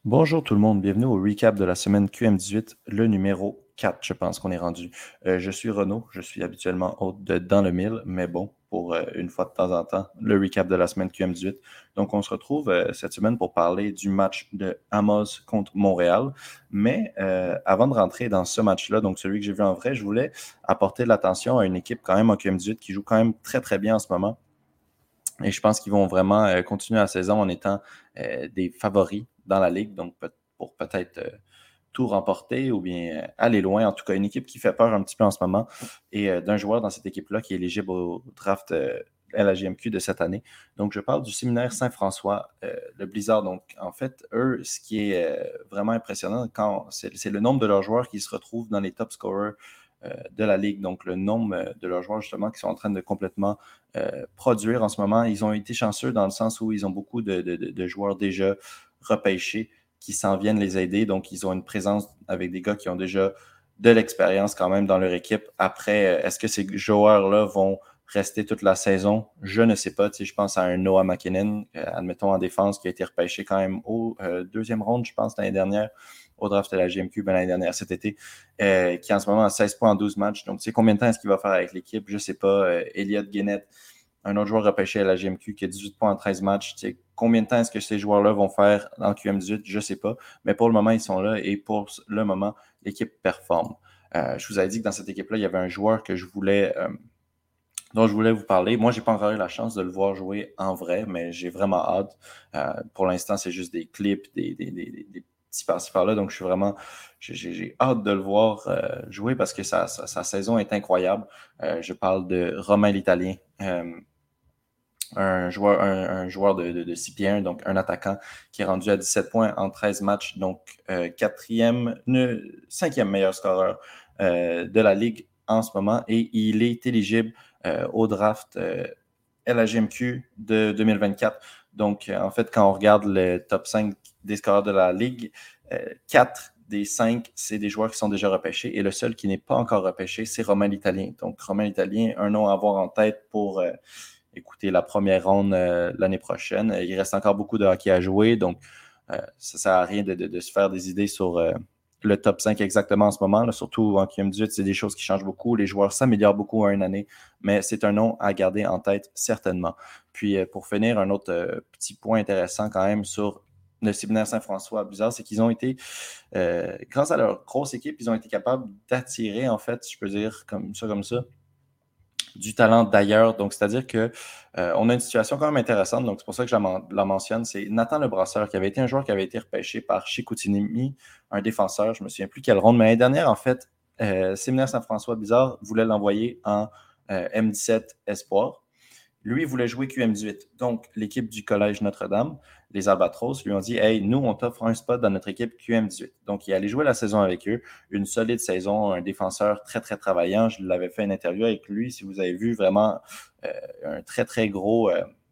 Bonjour tout le monde, bienvenue au recap de la semaine QM18, le numéro 4, je pense qu'on est rendu. Je suis Renaud, je suis habituellement hôte de Dans le Mille, mais bon, pour une fois de temps en temps, le recap de la semaine QM18. Donc on se retrouve cette semaine pour parler du match de Amos contre Montréal. Mais avant de rentrer dans ce match-là, donc celui que j'ai vu en vrai, je voulais apporter de l'attention à une équipe quand même en QM18 qui joue quand même très très bien en ce moment. Et je pense qu'ils vont vraiment continuer la saison en étant des favoris dans la ligue, donc pour peut-être tout remporter ou bien aller loin. En tout cas, une équipe qui fait peur un petit peu en ce moment et d'un joueur dans cette équipe-là qui est éligible au draft LHJMQ de cette année. Donc, je parle du séminaire Saint-François, le Blizzard. Donc, en fait, eux, ce qui est vraiment impressionnant, c'est le nombre de leurs joueurs qui se retrouvent dans les top scorers de la ligue. Donc, le nombre de leurs joueurs, justement, qui sont en train de complètement produire en ce moment. Ils ont été chanceux dans le sens où ils ont beaucoup de joueurs déjà repêchés qui s'en viennent les aider. Donc, ils ont une présence avec des gars qui ont déjà de l'expérience quand même dans leur équipe. Après, est-ce que ces joueurs-là vont rester toute la saison? Je ne sais pas. Tu sais, je pense à un Noah McKinnon, admettons en défense, qui a été repêché quand même au deuxième round, je pense, l'année dernière, au draft de la GMQ, l'année dernière, cet été, qui en ce moment a 16 points en 12 matchs. Donc, tu sais combien de temps est-ce qu'il va faire avec l'équipe? Je ne sais pas. Elliot Guinnett, un autre joueur repêché à la GMQ qui a 18 points en 13 matchs. Tu sais, combien de temps est-ce que ces joueurs-là vont faire en QM18? Je ne sais pas. Mais pour le moment, ils sont là et pour le moment, l'équipe performe. Je vous avais dit que dans cette équipe-là, il y avait un joueur dont je voulais vous parler. Moi, j'ai pas encore eu la chance de le voir jouer en vrai, mais j'ai vraiment hâte. Pour l'instant, c'est juste des clips, des petits par-ci par-là. Donc, j'ai hâte de le voir jouer parce que sa saison est incroyable. Je parle de Romain l'Italien. Un joueur de 6 pieds 1, donc un attaquant qui est rendu à 17 points en 13 matchs, donc cinquième meilleur scoreur de la Ligue en ce moment, et il est éligible au draft LHMQ de 2024. Donc, en fait, quand on regarde le top 5 des scoreurs de la Ligue, 4 des 5, c'est des joueurs qui sont déjà repêchés, et le seul qui n'est pas encore repêché, c'est Romain l'Italien. Donc, Romain l'Italien, un nom à avoir en tête pour écouter la première ronde l'année prochaine. Il reste encore beaucoup de hockey à jouer, donc ça ne sert à rien de se faire des idées sur le top 5 exactement en ce moment. Là, surtout en QM18, c'est des choses qui changent beaucoup. Les joueurs s'améliorent beaucoup en une année, mais c'est un nom à garder en tête certainement. Puis pour finir, un autre petit point intéressant quand même sur le séminaire Saint-François Bizarre, c'est qu'ils ont été, grâce à leur grosse équipe, ils ont été capables d'attirer, en fait, je peux dire comme ça, du talent d'ailleurs. Donc, c'est-à-dire que on a une situation quand même intéressante. Donc, c'est pour ça que je la mentionne. C'est Nathan Le Brasseur, qui avait été un joueur qui avait été repêché par Chicoutimi, un défenseur. Je ne me souviens plus quelle ronde, mais l'année dernière, en fait, Séminaire Saint-François Bizarre voulait l'envoyer en M17 Espoir. Lui, il voulait jouer QM18. Donc, l'équipe du Collège Notre-Dame, les Albatros, lui ont dit « Hey, nous, on t'offre un spot dans notre équipe QM18. » Donc, il allait jouer la saison avec eux. Une solide saison, un défenseur très, très travaillant. Je l'avais fait une interview avec lui. Si vous avez vu, vraiment un très, très gros,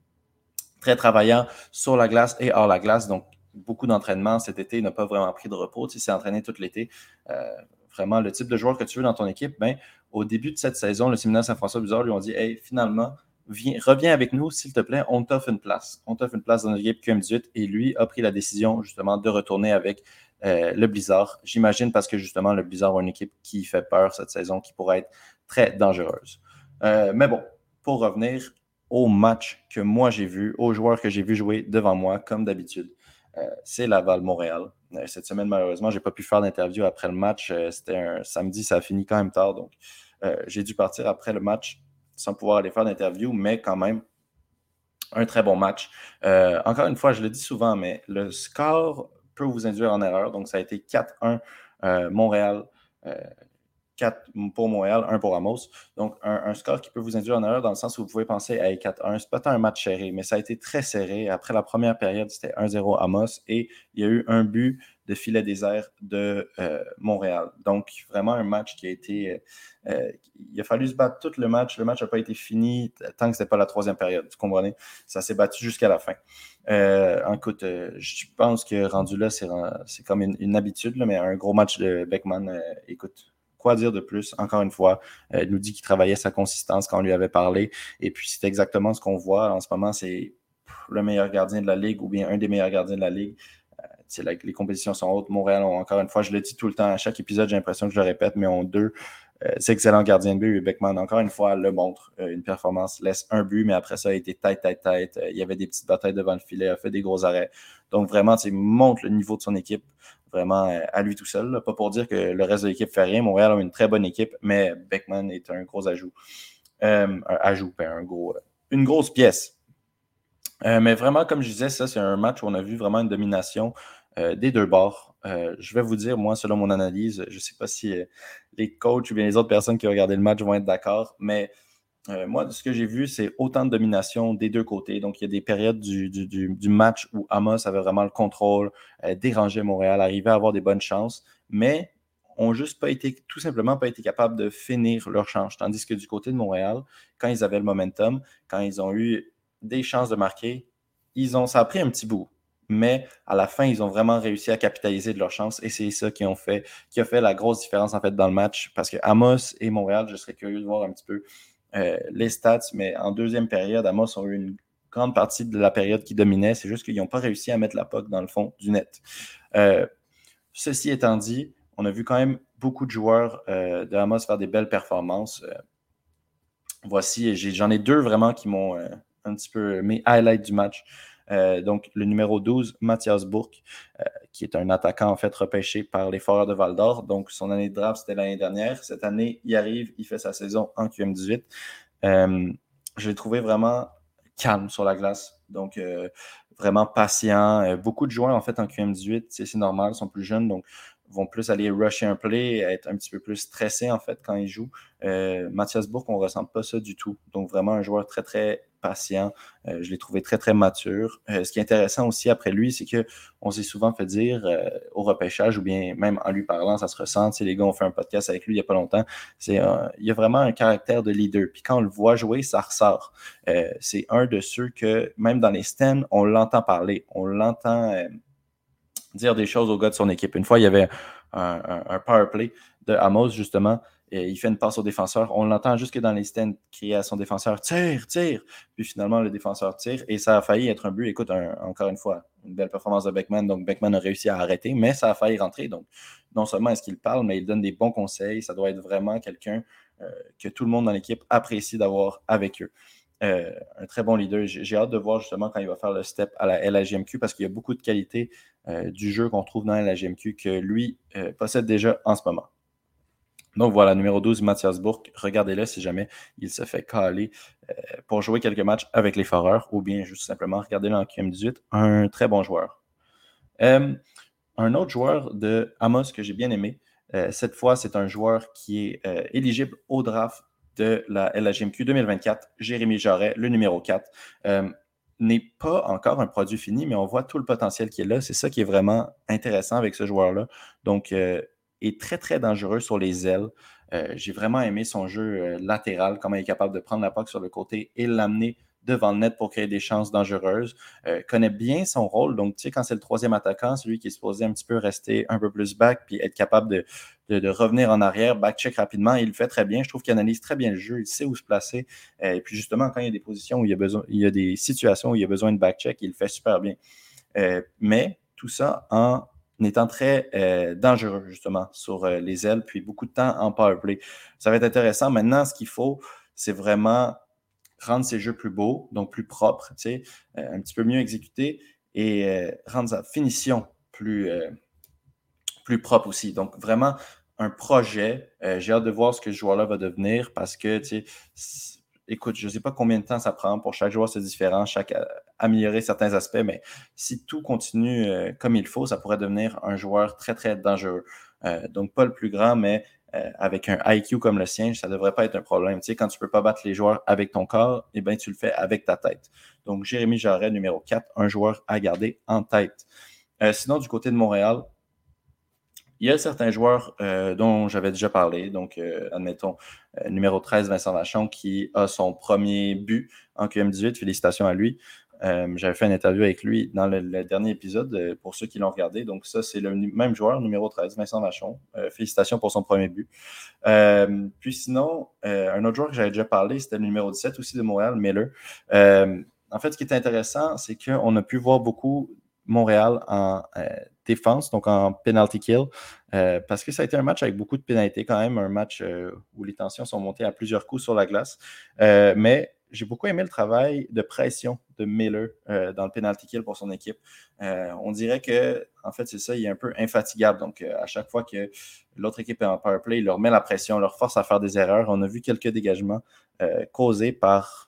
très travaillant sur la glace et hors la glace. Donc, beaucoup d'entraînement cet été. Il n'a pas vraiment pris de repos. Il s'est entraîné tout l'été. Vraiment, le type de joueur que tu veux dans ton équipe, ben, au début de cette saison, le séminaire Saint-François-Bizarre lui ont dit « Hey, finalement, reviens avec nous, s'il te plaît, on t'offre une place. On t'offre une place dans notre équipe QM18. » Et lui a pris la décision, justement, de retourner avec le Blizzard. J'imagine parce que, justement, le Blizzard a une équipe qui fait peur cette saison, qui pourrait être très dangereuse. Mais bon, pour revenir au match que moi j'ai vu, aux joueurs que j'ai vu jouer devant moi, comme d'habitude, c'est Laval-Montréal. Cette semaine, malheureusement, je n'ai pas pu faire d'interview après le match. C'était un samedi, ça a fini quand même tard. Donc, j'ai dû partir après le match sans pouvoir aller faire d'interview, mais quand même, un très bon match. Encore une fois, je le dis souvent, mais le score peut vous induire en erreur. Donc, ça a été 4-1 Montréal. 4 pour Montréal, 1 pour Amos. Donc, un score qui peut vous induire en erreur dans le sens où vous pouvez penser à 4-1. C'est peut-être un match serré, mais ça a été très serré. Après la première période, c'était 1-0 Amos et il y a eu un but de filet désert de Montréal. Donc, vraiment un match qui a été... il a fallu se battre tout le match. Le match n'a pas été fini tant que ce n'était pas la troisième période. Vous comprenez? Ça s'est battu jusqu'à la fin. Écoute, je pense que rendu là, c'est comme une habitude, là, mais un gros match de Beckman, écoute, quoi dire de plus? Encore une fois, il nous dit qu'il travaillait sa consistance quand on lui avait parlé. Et puis, c'est exactement ce qu'on voit en ce moment. C'est le meilleur gardien de la Ligue ou bien un des meilleurs gardiens de la Ligue. les compétitions sont hautes. Montréal ont, encore une fois, je le dis tout le temps, à chaque épisode, j'ai l'impression que je le répète, mais ont deux excellents gardiens de but. Et Beckman, encore une fois, le montre. Une performance, laisse un but, mais après ça, il a été tête. Il y avait des petites batailles devant le filet, a fait des gros arrêts. Donc, vraiment, montre le niveau de son équipe vraiment à lui tout seul. Là. Pas pour dire que le reste de l'équipe fait rien. Montréal a une très bonne équipe, mais Beckman est un gros ajout. Une grosse pièce. Mais vraiment, comme je disais, ça, c'est un match où on a vu vraiment une domination des deux bords. Je vais vous dire, moi, selon mon analyse, je ne sais pas si les coachs ou bien les autres personnes qui ont regardé le match vont être d'accord, mais moi, ce que j'ai vu, c'est autant de domination des deux côtés. Donc, il y a des périodes du match où Amos avait vraiment le contrôle, dérangeait Montréal, arrivait à avoir des bonnes chances, mais ont juste tout simplement pas été capables de finir leur chance. Tandis que du côté de Montréal, quand ils avaient le momentum, quand ils ont eu des chances de marquer, ça a pris un petit bout. Mais à la fin, ils ont vraiment réussi à capitaliser de leur chance et c'est ça qui a fait la grosse différence en fait dans le match. Parce que Amos et Montréal, je serais curieux de voir un petit peu les stats, mais en deuxième période, Amos ont eu une grande partie de la période qui dominait. C'est juste qu'ils n'ont pas réussi à mettre la puck dans le fond du net. Ceci étant dit, on a vu quand même beaucoup de joueurs de Amos faire des belles performances. Voici, j'en ai deux vraiment qui m'ont un petit peu mes highlights du match. Donc, le numéro 12, Mathias Bourque, qui est un attaquant en fait repêché par les Foreurs de Val-d'Or. Donc, son année de draft, c'était l'année dernière. Cette année, il arrive, il fait sa saison en QM18. Je l'ai trouvé vraiment calme sur la glace. Donc, vraiment patient. Beaucoup de joueurs en fait en QM18, c'est normal, ils sont plus jeunes, donc vont plus aller rusher un play, être un petit peu plus stressés en fait quand ils jouent. Mathias Bourque, on ne ressent pas ça du tout. Donc, vraiment un joueur très, très patient. Je l'ai trouvé très, très mature. Ce qui est intéressant aussi après lui, c'est qu'on s'est souvent fait dire au repêchage, ou bien même en lui parlant, ça se ressent. Tu sais, les gars ont fait un podcast avec lui il n'y a pas longtemps. Il y a vraiment un caractère de leader. Puis quand on le voit jouer, ça ressort. C'est un de ceux que, même dans les stands, on l'entend parler. On l'entend dire des choses aux gars de son équipe. Une fois, il y avait un power play de Amos, justement. Et il fait une passe au défenseur. On l'entend jusque dans les stands crier à son défenseur « Tire, tire! » Puis finalement, le défenseur tire et ça a failli être un but. Écoute, encore une fois, une belle performance de Beckman. Donc, Beckman a réussi à arrêter, mais ça a failli rentrer. Donc, non seulement est-ce qu'il parle, mais il donne des bons conseils. Ça doit être vraiment quelqu'un que tout le monde dans l'équipe apprécie d'avoir avec eux. Un très bon leader. J'ai hâte de voir justement quand il va faire le step à la LHJMQ parce qu'il y a beaucoup de qualités du jeu qu'on trouve dans la LHJMQ que lui possède déjà en ce moment. Donc voilà, numéro 12, Mathias Bourque. Regardez-le si jamais il se fait caler pour jouer quelques matchs avec les Foreurs ou bien juste simplement regardez-le en QM18. Un très bon joueur. Un autre joueur de Amos que j'ai bien aimé, cette fois, c'est un joueur qui est éligible au draft de la LHJMQ 2024, Jérémy Jarret, le numéro 4. N'est pas encore un produit fini, mais on voit tout le potentiel qui est là. C'est ça qui est vraiment intéressant avec ce joueur-là. Donc, est très, très dangereux sur les ailes. J'ai vraiment aimé son jeu latéral, comment il est capable de prendre la puck sur le côté et l'amener devant le net pour créer des chances dangereuses. Connaît bien son rôle. Donc, tu sais, quand c'est le troisième attaquant, celui qui est supposé un petit peu rester un peu plus back puis être capable de revenir en arrière, back-check rapidement. Il le fait très bien. Je trouve qu'il analyse très bien le jeu. Il sait où se placer. Et puis, justement, quand il y a des positions où il y a des situations où il y a besoin de back-check, il le fait super bien. Mais tout ça en étant très dangereux, justement, sur les ailes, puis beaucoup de temps en power play. Ça va être intéressant. Maintenant, ce qu'il faut, c'est vraiment rendre ses jeux plus beaux, donc plus propres, tu sais, un petit peu mieux exécutés et rendre sa finition plus propre aussi. Donc, vraiment, un projet. J'ai hâte de voir ce que ce joueur-là va devenir parce que, tu sais, écoute, je ne sais pas combien de temps ça prend pour chaque joueur, c'est différent, améliorer certains aspects, mais si tout continue comme il faut, ça pourrait devenir un joueur très, très dangereux. Donc, pas le plus grand, mais avec un IQ comme le sien, ça ne devrait pas être un problème. Tu sais, quand tu ne peux pas battre les joueurs avec ton corps, eh bien, tu le fais avec ta tête. Donc, Jérémy Jarret, numéro 4, un joueur à garder en tête. Sinon, du côté de Montréal, il y a certains joueurs dont j'avais déjà parlé. Donc, admettons, numéro 13, Vincent Vachon, qui a son premier but en QM18. Félicitations à lui. J'avais fait une interview avec lui dans le dernier épisode pour ceux qui l'ont regardé. Donc, ça, c'est le même joueur, numéro 13, Vincent Vachon. Félicitations pour son premier but. Puis sinon, un autre joueur que j'avais déjà parlé, c'était le numéro 17 aussi de Montréal, Miller. En fait, ce qui est intéressant, c'est qu'on a pu voir beaucoup Montréal en défense, donc en penalty kill, parce que ça a été un match avec beaucoup de pénalités quand même, un match où les tensions sont montées à plusieurs coups sur la glace. Mais j'ai beaucoup aimé le travail de pression de Miller dans le penalty kill pour son équipe. On dirait que, en fait, c'est ça, il est un peu infatigable. Donc, à chaque fois que l'autre équipe est en power play, il leur met la pression, leur force à faire des erreurs. On a vu quelques dégagements causés par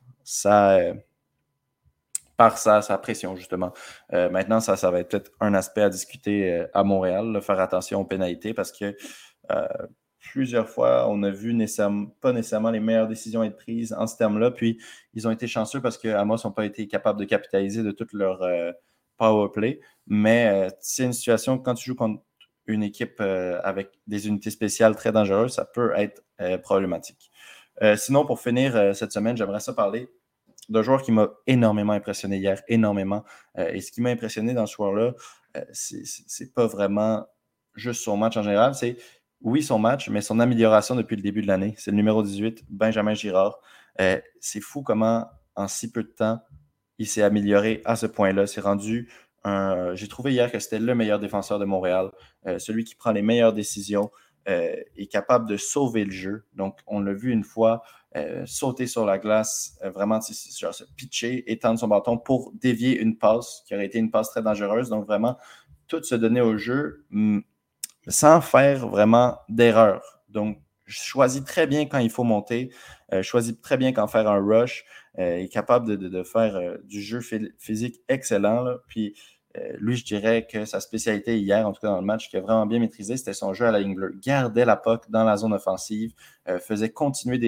sa pression, justement. Maintenant, ça va être peut-être un aspect à discuter à Montréal, là, faire attention aux pénalités, parce que euh, plusieurs fois, on a vu pas nécessairement les meilleures décisions être prises en ce terme-là, puis ils ont été chanceux parce que Amos n'ont pas été capables de capitaliser de toute leur power play, mais c'est une situation, quand tu joues contre une équipe avec des unités spéciales très dangereuses, ça peut être problématique. Sinon, pour finir cette semaine, j'aimerais ça parler d'un joueur qui m'a énormément impressionné hier, énormément. Et ce qui m'a impressionné dans ce joueur-là, c'est pas vraiment juste son match en général, c'est oui son match, mais son amélioration depuis le début de l'année. C'est le numéro 18, Benjamin Girard. C'est fou comment, en si peu de temps, il s'est amélioré à ce point-là. C'est rendu j'ai trouvé hier que c'était le meilleur défenseur de Montréal, celui qui prend les meilleures décisions, est capable de sauver le jeu. Donc, on l'a vu une fois sauter sur la glace, vraiment genre, se pitcher, étendre son bâton pour dévier une passe qui aurait été une passe très dangereuse. Donc, vraiment, tout se donner au jeu sans faire vraiment d'erreur. Donc, je choisis très bien quand il faut monter, choisis très bien quand faire un rush, est capable de faire du jeu physique excellent. Là. Puis, lui, je dirais que sa spécialité hier, en tout cas dans le match, qu'il a vraiment bien maîtrisé, c'était son jeu à la ligne bleue. Gardait la puck dans la zone offensive, faisait continuer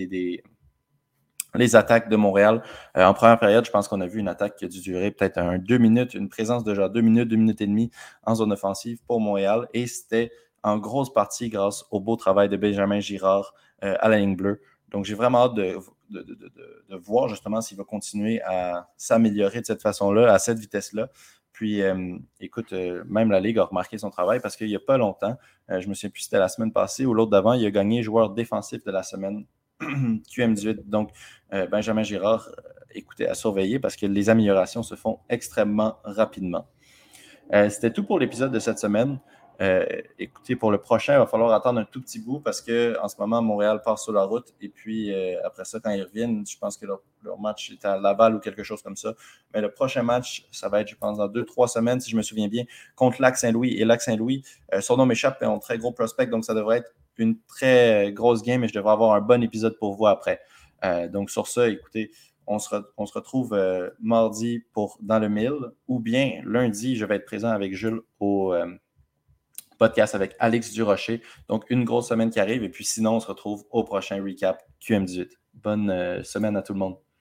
les attaques de Montréal. En première période, je pense qu'on a vu une attaque qui a dû durer peut-être 2 minutes, une présence de genre 2 minutes, 2 minutes et demie en zone offensive pour Montréal. Et c'était en grosse partie grâce au beau travail de Benjamin Girard à la ligne bleue. Donc, j'ai vraiment hâte de voir justement s'il va continuer à s'améliorer de cette façon-là, à cette vitesse-là. Puis, écoute, même la Ligue a remarqué son travail parce qu'il n'y a pas longtemps, je me souviens plus si c'était la semaine passée ou l'autre d'avant, il a gagné joueur défensif de la semaine QM18. Donc, Benjamin Girard, écoutez, à surveiller parce que les améliorations se font extrêmement rapidement. C'était tout pour l'épisode de cette semaine. Écoutez, pour le prochain, il va falloir attendre un tout petit bout parce qu'en ce moment, Montréal part sur la route. Et puis, après ça, quand ils reviennent, je pense que leur match est à Laval ou quelque chose comme ça. Mais le prochain match, ça va être, je pense, dans 2-3 semaines, si je me souviens bien, contre Lac-Saint-Louis. Et Lac-Saint-Louis, son nom m'échappe, mais on a un très gros prospect. Donc, ça devrait être une très grosse game et je devrais avoir un bon épisode pour vous après. Donc, sur ça, écoutez, on se retrouve mardi dans le 1000 ou bien lundi, je vais être présent avec Jules au podcast avec Alex Durocher. Donc, une grosse semaine qui arrive et puis sinon, on se retrouve au prochain recap QM18. Bonne semaine à tout le monde.